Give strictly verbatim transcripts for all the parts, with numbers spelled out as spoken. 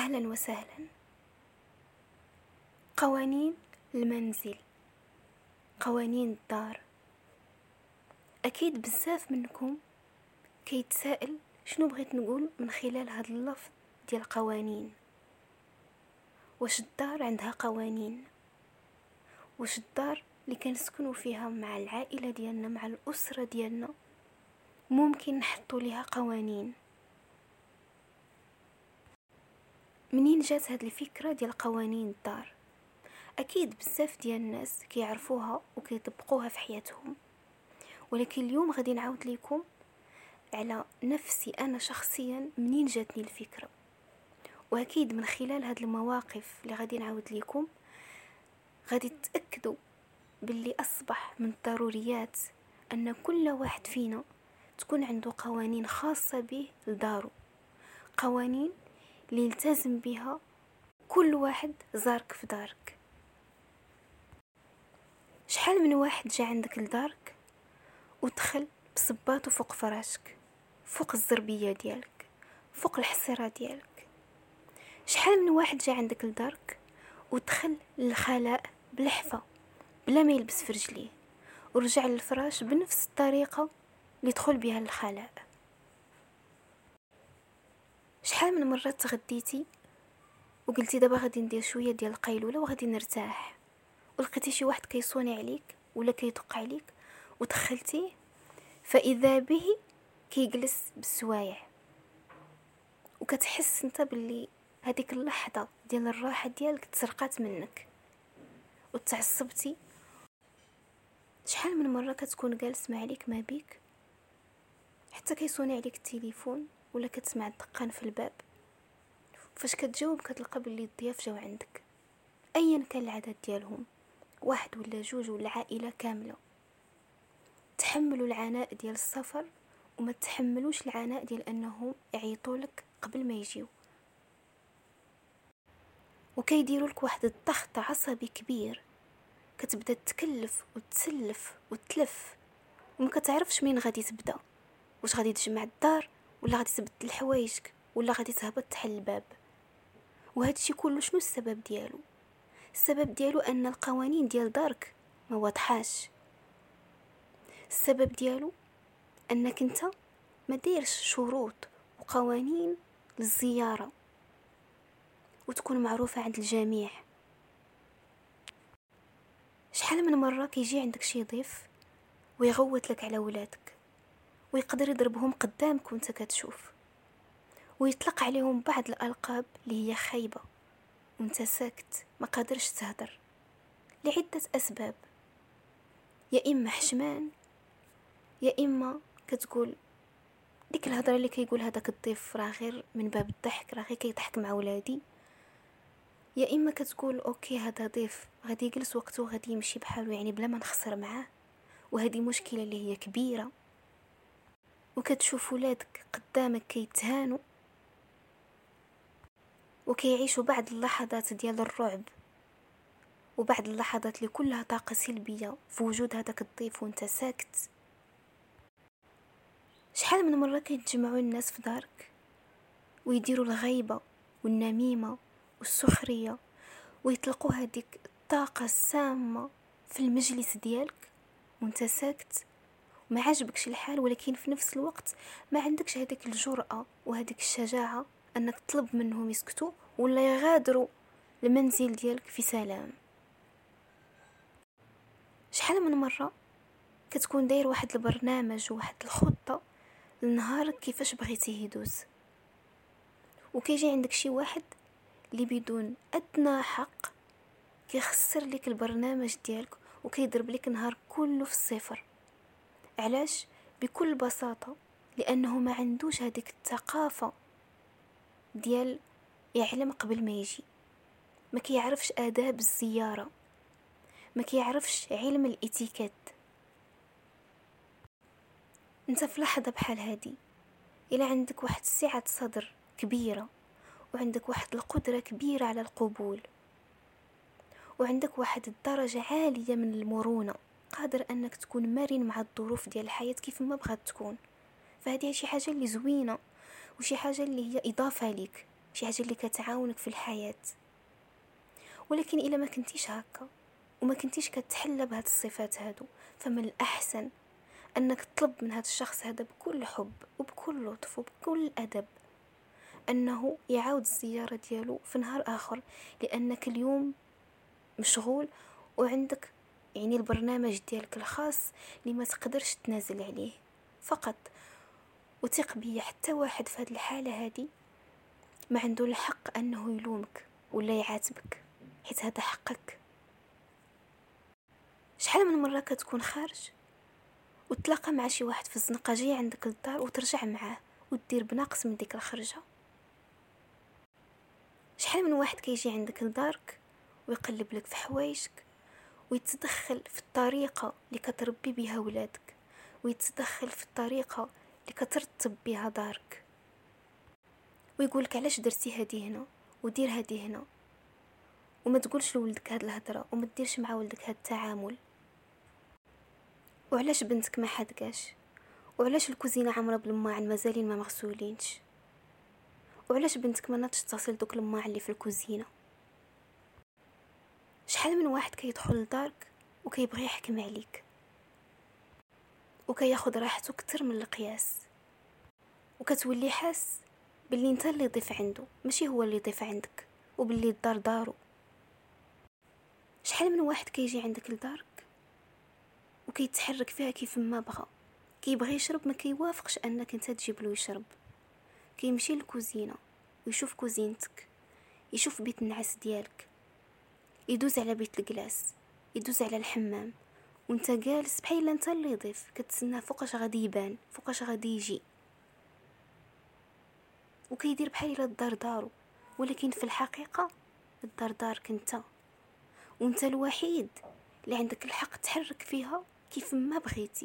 أهلا وسهلا. قوانين المنزل، قوانين الدار. أكيد بزاف منكم كيتسائل شنو بغيت نقول من خلال هذا اللفظ ديال قوانين. واش الدار عندها قوانين؟ واش الدار اللي كنسكنوا فيها مع العائلة ديالنا، مع الأسرة ديالنا، ممكن نحطوا لها قوانين؟ منين جات هذه الفكرة ديال قوانين الدار؟ أكيد بزاف ديال الناس كيعرفوها وكيطبقوها في حياتهم، ولكن اليوم غادي نعاود لكم على نفسي أنا شخصيا منين جاتني الفكرة. وأكيد من خلال هذه المواقف اللي غادي نعاود لكم غادي تتأكدوا باللي أصبح من الضروريات أن كل واحد فينا تكون عنده قوانين خاصة به لداره، قوانين اللي يلتزم بها كل واحد زارك في دارك. شحال من واحد جا عندك لدارك ودخل بصباطه فوق فراشك، فوق الزربية ديالك، فوق الحصيرة ديالك. شحال من واحد جا عندك لدارك ودخل للخلاء بلحفة بلا ما يلبس في رجليه، ورجع للفراش بنفس الطريقة اللي دخل بها للخلاء. شحال من مرة تغديتي وقلتي دابا غادي ندير شوية ديال القيلولة وغادي نرتاح، ولقيتي شي واحد كيصوني عليك ولا كيدق عليك ودخلتيه، فإذا به كيجلس بالسوايع، وكتحس انت باللي هذيك اللحظة ديال الراحة ديالك تسرقات منك وتعصبتي. شحال من مرة كتكون جالس ما عليك ما بيك حتى كيصوني عليك التليفون ولا كتسمع الدقان في الباب، فاش كتجاوب كتلقى باللي الضياف جاو عندك، ايا كان العدد ديالهم، واحد ولا جوج ولا عائلة كاملة. تحملوا العناء ديال السفر وما تحملوش العناء ديال انهم يعيطولك قبل ما يجيو، وكيديروا لك واحد الضغط عصبي كبير، كتبدا تكلف وتسلف وتلف وما كتعرفش مين غادي تبدا، واش غادي تجمع الدار ولا غادي تبدل حوايجك ولا غادي تهبط تحل الباب. وهذا الشيء كله شنو السبب ديالو؟ السبب ديالو ان القوانين ديال دارك ما واضحاش. السبب ديالو انك انت ما دايرش شروط وقوانين للزيارة وتكون معروفة عند الجميع. شحال من مرة كيجي عندك شي ضيف ويغوت لك على ولادك ويقدر يضربهم قدامك وانت كتشوف، ويطلق عليهم بعض الألقاب اللي هي خايبة وانت ساكت ما قادرش تهدر لعدة أسباب، يا إما حشمان، يا إما كتقول ديك الهضرة اللي كيقول هذاك الضيف راه غير من باب الضحك، راه غير كيضحك مع ولادي، يا إما كتقول أوكي هذا ضيف غادي يجلس وقته غادي يمشي بحاله يعني بلا ما نخسر معاه، وهذه مشكلة اللي هي كبيرة. وكتشوف ولادك قدامك كيتهانوا وكيعيشوا بعض اللحظات ديال الرعب وبعض اللحظات اللي كلها طاقة سلبية في وجود هذاك الضيف وانت ساكت. شحال من مرة كيتجمعوا الناس في دارك ويديروا الغيبة والنميمة والسخرية ويطلقوا هذيك الطاقة السامة في المجلس ديالك وانت ساكت ما عجبكش الحال، ولكن في نفس الوقت ما عندكش هذيك الجرأة وهذيك الشجاعة انك تطلب منهم يسكتوا ولا يغادروا المنزل ديالك في سلام. شحال من مرة كتكون داير واحد البرنامج وواحد الخطة لنهارك كيفاش بغيتيه يدوز، وكيجي عندك شي واحد اللي بدون أدنى حق كيخسر لك البرنامج ديالك وكيضرب لك نهار كله في الصفر. علاش؟ بكل بساطة لأنه ما عندوش هذيك الثقافة ديال يعلم قبل ما يجي، ما كيعرفش آداب الزيارة، ما كيعرفش علم الاتيكيت. انت في لحظة بحال هادي إلا عندك واحد سعة صدر كبيرة وعندك واحد القدرة كبيرة على القبول وعندك واحد الدرجة عالية من المرونة، قادر أنك تكون مرن مع الظروف ديال الحياة كيف ما بغات تكون، فهذه شي حاجة اللي زوينة وشي حاجة اللي هي إضافة ليك، شي حاجه اللي كتعاونك في الحياه. ولكن الا ما كنتيش هكا وما كنتيش كتحلى بهاد الصفات هادو، فمن الاحسن انك تطلب من هذا الشخص هذا بكل حب وبكل لطف وبكل ادب انه يعاود الزياره ديالو في نهار اخر، لانك اليوم مشغول وعندك يعني البرنامج ديالك الخاص اللي ما تقدرش تنازل عليه فقط. وثق بيا، حتى واحد في هذه الحاله هذه ما عنده الحق انه يلومك ولا يعاتبك، حيت هذا حقك. شحال من مره كتكون خارج وتلاقى مع شي واحد في الزنقه جاي عندك للدار وترجع معاه ودير بناقص من ديك الخرجه؟ شحال من واحد كيجي عندك لدارك ويقلب لك في حوايجك ويتدخل في الطريقه اللي كتربي بها ولادك، ويتدخل في الطريقه اللي كترتب بها دارك، ويقولك علاش درتي هذه هنا ودير هذه هنا، وما تقولش لولدك هاد الهضره وما ديرش مع ولدك هاد التعامل، وعلاش بنتك ما حدقاش، وعلاش الكوزينه عامره بالماعن مازالين ما مغسولينش، وعلاش بنتك ما ناتش تصل دوك الماعن اللي في الكوزينه. شحال من واحد كيدخل لدارك وكيبغي يحكم عليك وكياخذ راحته كتر من القياس، وكتولي حاس باللي انت اللي ضيف عنده ماشي هو اللي ضيف عندك، وباللي الدار دارو. شحال من واحد كيجي عندك لدارك وكيتحرك فيها كيف ما بغى، كيبغي يشرب ما كيوافقش انك انت تجيب له يشرب، كيمشي للكوزينه ويشوف كوزينتك، يشوف بيت النعاس ديالك، يدوز على بيت الجلاس، يدوز على الحمام، وانت جالس بحال انت اللي ضيف كتسنى فوقاش غادي يبان فوقاش غادي يجي، وكيدير بحال الا الدار دارو، ولكن في الحقيقه الدار دارك انت، وانت الوحيد اللي عندك الحق تحرك فيها كيف ما بغيتي.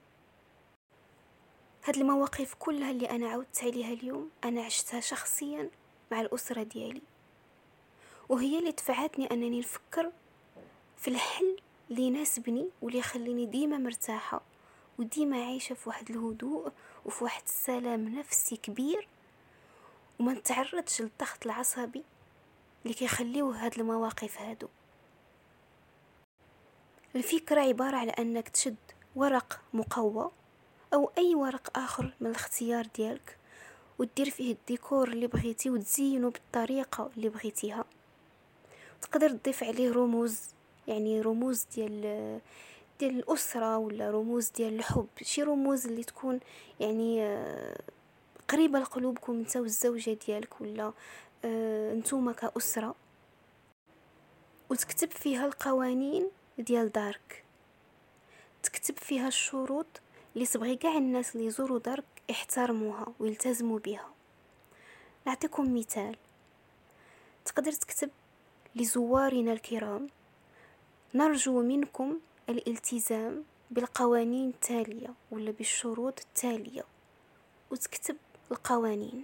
هاد المواقف كلها اللي انا عودت عليها اليوم انا عشتها شخصيا مع الاسره ديالي، وهي اللي دفعتني انني نفكر في الحل اللي يناسبني واللي يخليني ديما مرتاحه وديما عايشه في واحد الهدوء وفي واحد السلام نفسي كبير، وما نتعرضش للضغط العصبي اللي كيخليوه هاد المواقف هادو. الفكره عباره على انك تشد ورق مقوى او اي ورق اخر من الاختيار ديالك ودير فيه الديكور اللي بغيتي وتزينه بالطريقه اللي بغيتيها. تقدر تضيف عليه رموز، يعني رموز ديال ديال الاسره ولا رموز ديال الحب، شي رموز اللي تكون يعني قريبه لقلوبكم انت والزوجه ديالك ولا انتوما كاسره، وتكتب فيها القوانين ديال دارك، تكتب فيها الشروط اللي تبغي كاع الناس اللي يزوروا دارك يحترموها ويلتزموا بها. نعطيكم مثال، تقدر تكتب لزوارنا الكرام نرجو منكم الالتزام بالقوانين التالية ولا بالشروط التالية، وتكتب القوانين.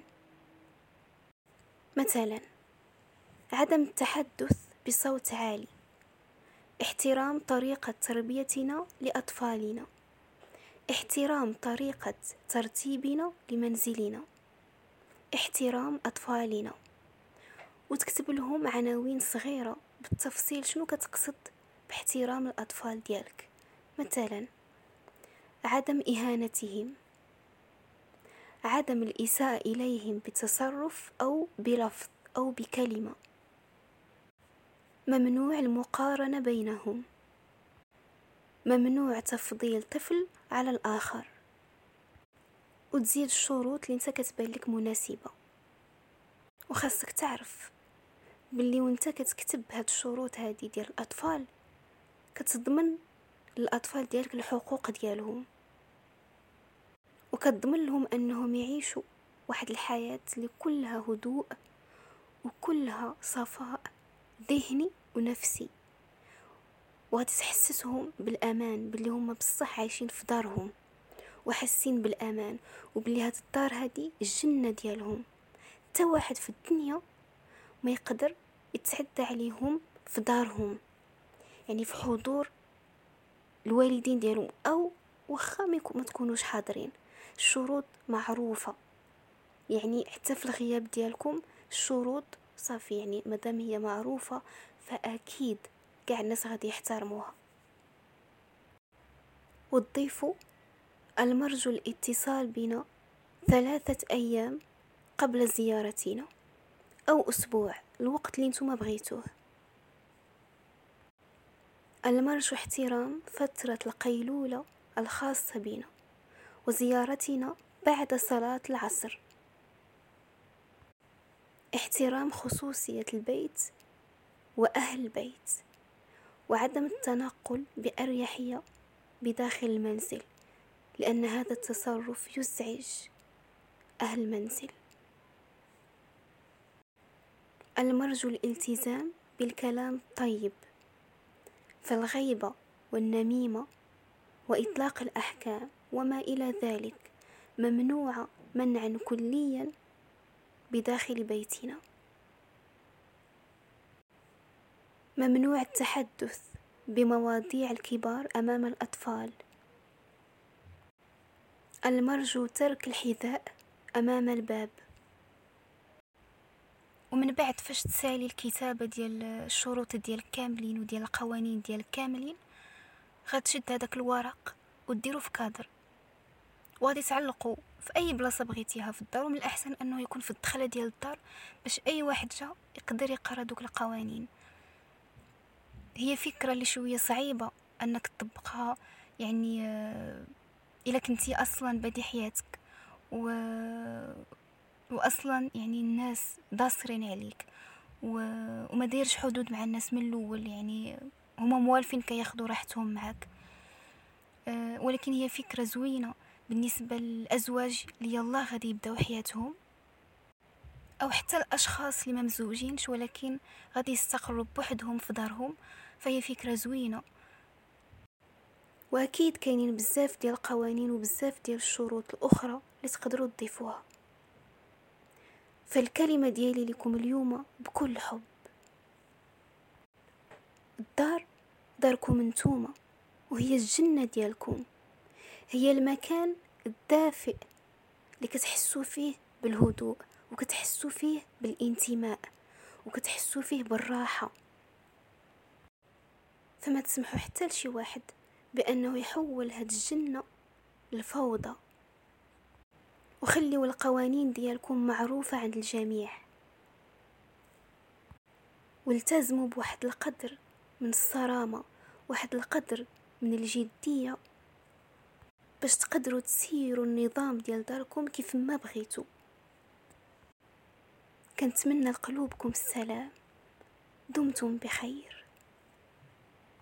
مثلا عدم التحدث بصوت عالي، احترام طريقة تربيتنا لأطفالنا، احترام طريقة ترتيبنا لمنزلنا، احترام أطفالنا، وتكتب لهم عناوين صغيرة بالتفصيل شنو كتقصد باحترام الأطفال ديالك. مثلا عدم إهانتهم، عدم الإساءة إليهم بتصرف أو بلفظ أو بكلمة، ممنوع المقارنة بينهم، ممنوع تفضيل طفل على الآخر، وتزيد الشروط اللي انت كتبان لك مناسبة. وخاصك تعرف باللي وانت كتكتب هاد الشروط هادي ديال الأطفال كتضمن للأطفال ديالك الحقوق ديالهم، وكتضمن لهم أنهم يعيشوا واحد الحياة اللي كلها هدوء وكلها صفاء ذهني ونفسي، وغتحسسهم بالأمان باللي هم بصح عايشين في دارهم وحاسين بالأمان، وباللي هاد الدار هادي الجنة ديالهم، تا واحد في الدنيا ما يقدر يتعدى عليهم في دارهم، يعني في حضور الوالدين ديالهم أو وخا ما تكونوش حاضرين. الشروط معروفة، يعني حتى في الغياب ديالكم الشروط صافي، يعني مادام هي معروفة فأكيد قاع الناس غادي يحترموها. وتضيفوا المرجو الاتصال بنا ثلاثة أيام قبل زيارتنا أو أسبوع، الوقت اللي انتم بغيتوه. المرجو احترام فترة القيلولة الخاصة بنا وزيارتنا بعد صلاة العصر، احترام خصوصية البيت وأهل البيت، وعدم التنقل بأريحية بداخل المنزل، لأن هذا التصرف يزعج أهل المنزل. المرجو الالتزام بالكلام الطيب، فالغيبة والنميمة وإطلاق الأحكام وما إلى ذلك ممنوعة منعا كليا بداخل بيتنا. ممنوع التحدث بمواضيع الكبار أمام الأطفال. المرجو ترك الحذاء أمام الباب. ومن بعد فاش تسالي الكتابة ديال الشروط ديال كاملين وديال القوانين ديال كاملين، غتشد هذاك الورق وديرو في كادر وغادي تعلقوا في اي بلاصه بغيتيها في الدار، ومن الاحسن انه يكون في الدخله ديال الدار باش اي واحد جا يقدر يقرا دوك القوانين. هي فكره اللي شويه صعيبه انك تطبقها، يعني آه الا كنتي اصلا بادي حياتك و... واصلا يعني الناس داصرين عليك و... وما دايرش حدود مع الناس من الاول، يعني هما موالفين كياخذوا راحتهم معك. أه ولكن هي فكره زوينه بالنسبه للازواج اللي يلا غادي يبداو حياتهم، او حتى الاشخاص اللي ما مزوجينش ولكن غادي يستقروا بوحدهم في دارهم، فهي فكره زوينه. واكيد كاينين بزاف ديال القوانين وبزاف ديال الشروط الاخرى اللي تقدروا تضيفوها. فالكلمه ديالي لكم اليوم بكل حب، الدار داركم انتوما، وهي الجنه ديالكم، هي المكان الدافئ اللي كتحسوا فيه بالهدوء وكتحسوا فيه بالانتماء وكتحسوا فيه بالراحه. فما تسمحوا حتى لشي واحد بانه يحول هاد الجنه لفوضى، وخليوا القوانين ديالكم معروفه عند الجميع، والتزموا بواحد القدر من الصرامه، واحد القدر من الجديه، باش تقدروا تسيروا النظام ديال داركم كيف ما بغيتوا. كنتمنى لقلوبكم السلام. دمتم بخير.